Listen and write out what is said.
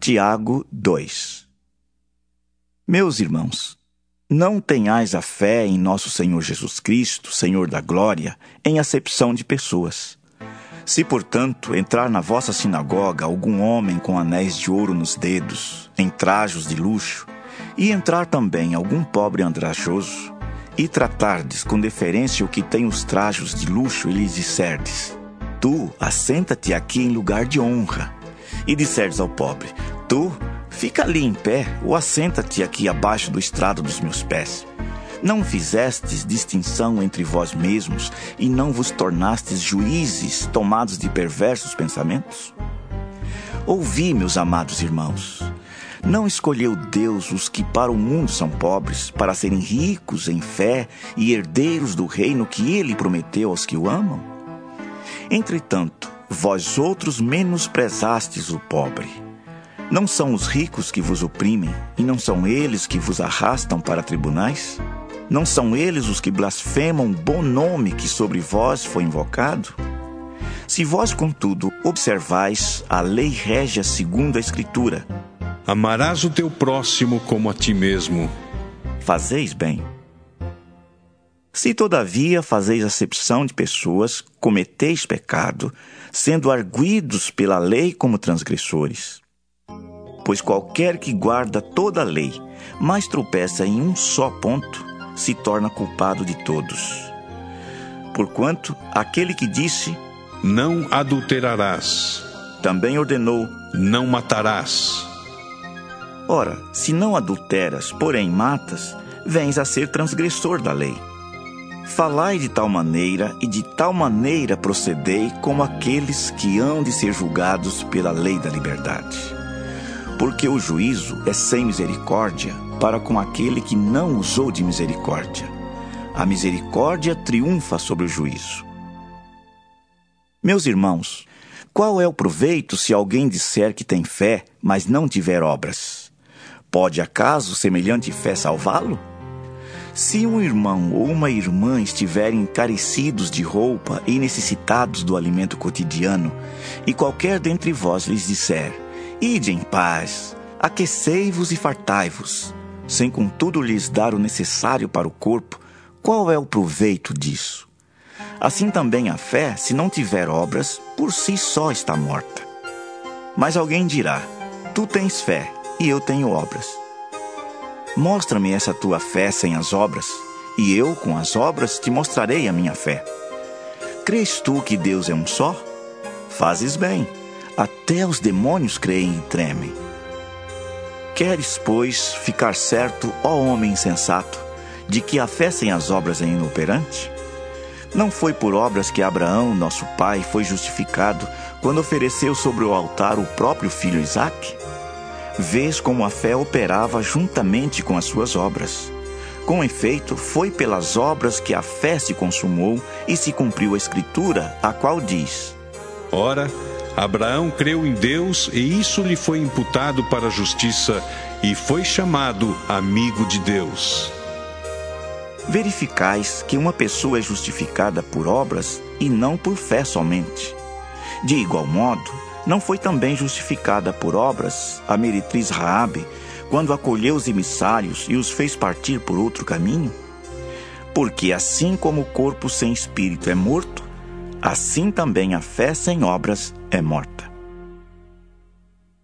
Tiago 2. Meus irmãos, não tenhais a fé em nosso Senhor Jesus Cristo, Senhor da glória, em acepção de pessoas. Se, portanto, entrar na vossa sinagoga algum homem com anéis de ouro nos dedos, em trajos de luxo, e entrar também algum pobre andrajoso, e tratardes com deferência o que tem os trajos de luxo, e lhes disserdes: tu, assenta-te aqui em lugar de honra. E disserdes ao pobre: tu, fica ali em pé, ou assenta-te aqui abaixo do estrado dos meus pés. Não fizestes distinção entre vós mesmos e não vos tornastes juízes tomados de perversos pensamentos? Ouvi, meus amados irmãos, não escolheu Deus os que para o mundo são pobres, para serem ricos em fé e herdeiros do reino que ele prometeu aos que o amam? Entretanto, vós outros menosprezastes o pobre. Não são os ricos que vos oprimem, e não são eles que vos arrastam para tribunais? Não são eles os que blasfemam o bom nome que sobre vós foi invocado? Se vós, contudo, observais a lei régia segundo a Escritura: amarás o teu próximo como a ti mesmo, fazeis bem. Se, todavia, fazeis acepção de pessoas, cometeis pecado, sendo arguidos pela lei como transgressores. Pois qualquer que guarda toda a lei, mas tropeça em um só ponto, se torna culpado de todos. Porquanto, aquele que disse: não adulterarás, também ordenou: não matarás. Ora, se não adulteras, porém matas, vens a ser transgressor da lei. Falai de tal maneira e de tal maneira procedei como aqueles que hão de ser julgados pela lei da liberdade. Porque o juízo é sem misericórdia para com aquele que não usou de misericórdia. A misericórdia triunfa sobre o juízo. Meus irmãos, qual é o proveito se alguém disser que tem fé, mas não tiver obras? Pode acaso semelhante fé salvá-lo? Se um irmão ou uma irmã estiverem encarecidos de roupa e necessitados do alimento cotidiano, e qualquer dentre vós lhes disser: ide em paz, aquecei-vos e fartai-vos, sem contudo lhes dar o necessário para o corpo, qual é o proveito disso? Assim também a fé, se não tiver obras, por si só está morta. Mas alguém dirá: tu tens fé, e eu tenho obras. Mostra-me essa tua fé sem as obras, e eu, com as obras, te mostrarei a minha fé. Crês tu que Deus é um só? Fazes bem. Até os demônios creem e tremem. Queres, pois, ficar certo, ó homem insensato, de que a fé sem as obras é inoperante? Não foi por obras que Abraão, nosso pai, foi justificado quando ofereceu sobre o altar o próprio filho Isaque? Vês como a fé operava juntamente com as suas obras. Com efeito, foi pelas obras que a fé se consumou e se cumpriu a Escritura, a qual diz: ora, Abraão creu em Deus e isso lhe foi imputado para a justiça e foi chamado amigo de Deus. Verificais que uma pessoa é justificada por obras e não por fé somente. De igual modo, não foi também justificada por obras a meretriz Raabe, quando acolheu os emissários e os fez partir por outro caminho? Porque assim como o corpo sem espírito é morto, assim também a fé sem obras é morta.